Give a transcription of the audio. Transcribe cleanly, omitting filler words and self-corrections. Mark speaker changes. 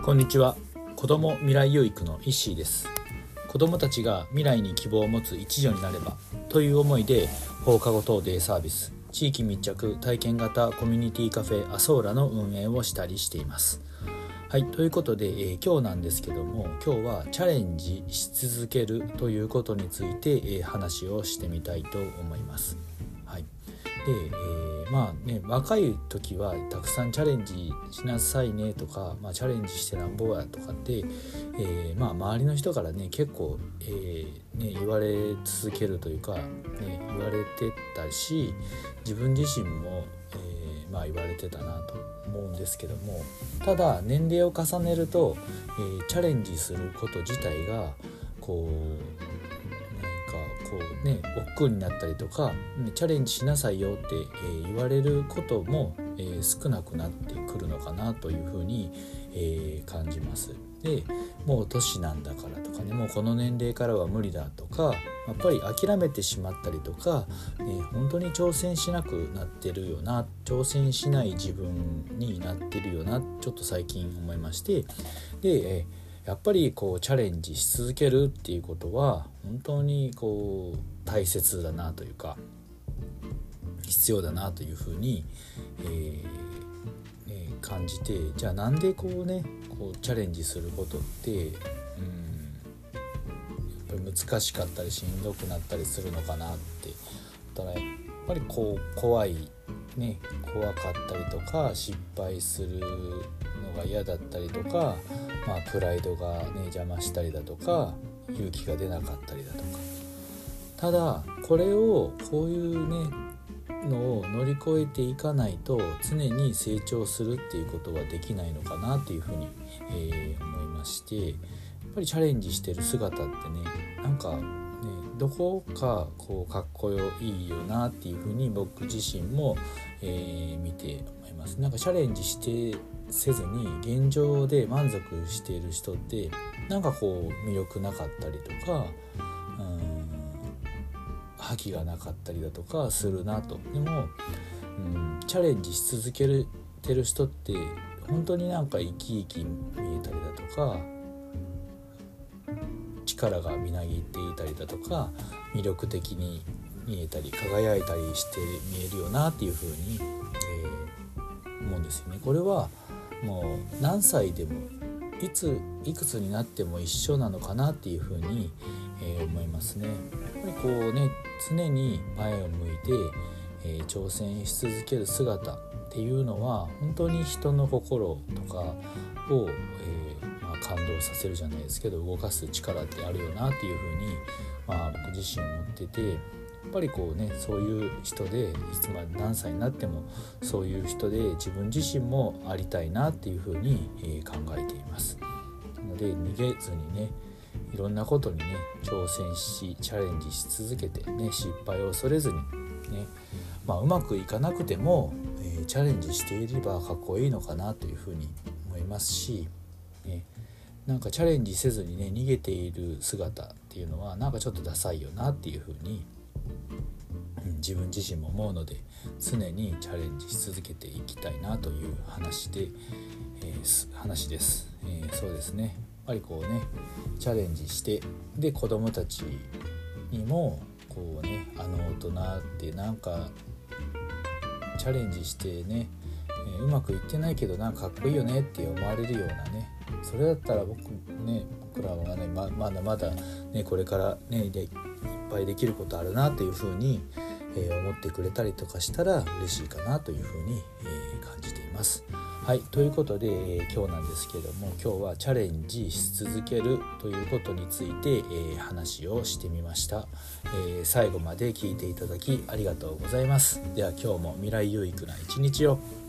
Speaker 1: こんにちは。子ども未来養育のイッシーです。子どもたちが未来に希望を持つ一助になればという思いで、放課後等デイサービス、地域密着体験型コミュニティカフェアソーラの運営をしたりしています。はい、ということで、今日なんですけども、今日はチャレンジし続けるということについて、話をしてみたいと思います。はい。で、若い時はたくさんチャレンジしなさいねとか、チャレンジしてなんぼやとかって、周りの人からね結構、言われ続けるというか、言われてたし、自分自身も、言われてたなと思うんですけども、ただ年齢を重ねると、チャレンジすること自体が億劫になったりとか、チャレンジしなさいよって、言われることも、少なくなってくるのかなというふうに、感じます。で、もう年なんだからとかね、もうこの年齢からは無理だとか、やっぱり諦めてしまったりとか、本当に挑戦しなくなってるよな、挑戦しない自分になってるよな、ちょっと最近思いまして、で、やっぱりチャレンジし続けるっていうことは本当に大切だなというか、必要だなというふうに、感じて、じゃあなんでチャレンジすることってやっぱり難しかったりしんどくなったりするのかなって。だからやっぱり怖かったりとか、失敗するのが嫌だったりとか、プライドが邪魔したりだとか、勇気が出なかったりだとか。ただこういうのを乗り越えていかないと常に成長するっていうことはできないのかなっていうふうに、思いまして、やっぱりチャレンジしてる姿ってどこかかっこいいよなっていうふうに僕自身も、見て思います。チャレンジせずに現状で満足している人って魅力なかったりとか、覇気がなかったりだとかするなと。でも、チャレンジし続けてる人って本当に生き生き見えたりだとか、力がみなぎっていたりだとか、魅力的に見えたり輝いたりして見えるよなっていうふうに、思うんですよね。これはもう何歳でもいくつになっても一緒なのかなっていうふうに、思いますね。やっぱり常に前を向いて、挑戦し続ける姿っていうのは本当に人の心とかを、感動させるじゃないですけど、動かす力ってあるよなっていうふうに、僕自身思ってて、やっぱりそういう人で、いつまで何歳になってもそういう人で自分自身もありたいなっていうふうに、考えています。なので逃げずにね、いろんなことにね挑戦し、チャレンジし続けてね、失敗を恐れずにね、うまくいかなくても、チャレンジしていればかっこいいのかなというふうに思いますし、チャレンジせずにね逃げている姿っていうのはちょっとダサいよなっていうふうに、自分自身も思うので、常にチャレンジし続けていきたいなという話です。そうですね。やっぱりチャレンジして、で子どもたちにも大人ってチャレンジしてね、うまくいってないけどかっこいいよねって思われるようなね、それだったら僕らはね、まだまだねこれからねいっぱいできることあるなっていうふうに、思ってくれたりとかしたら嬉しいかなというふうに、感じています。はい、ということで、今日なんですけども、今日はチャレンジし続けるということについて、話をしてみました。最後まで聞いていただきありがとうございます。では今日も未来有益な一日を。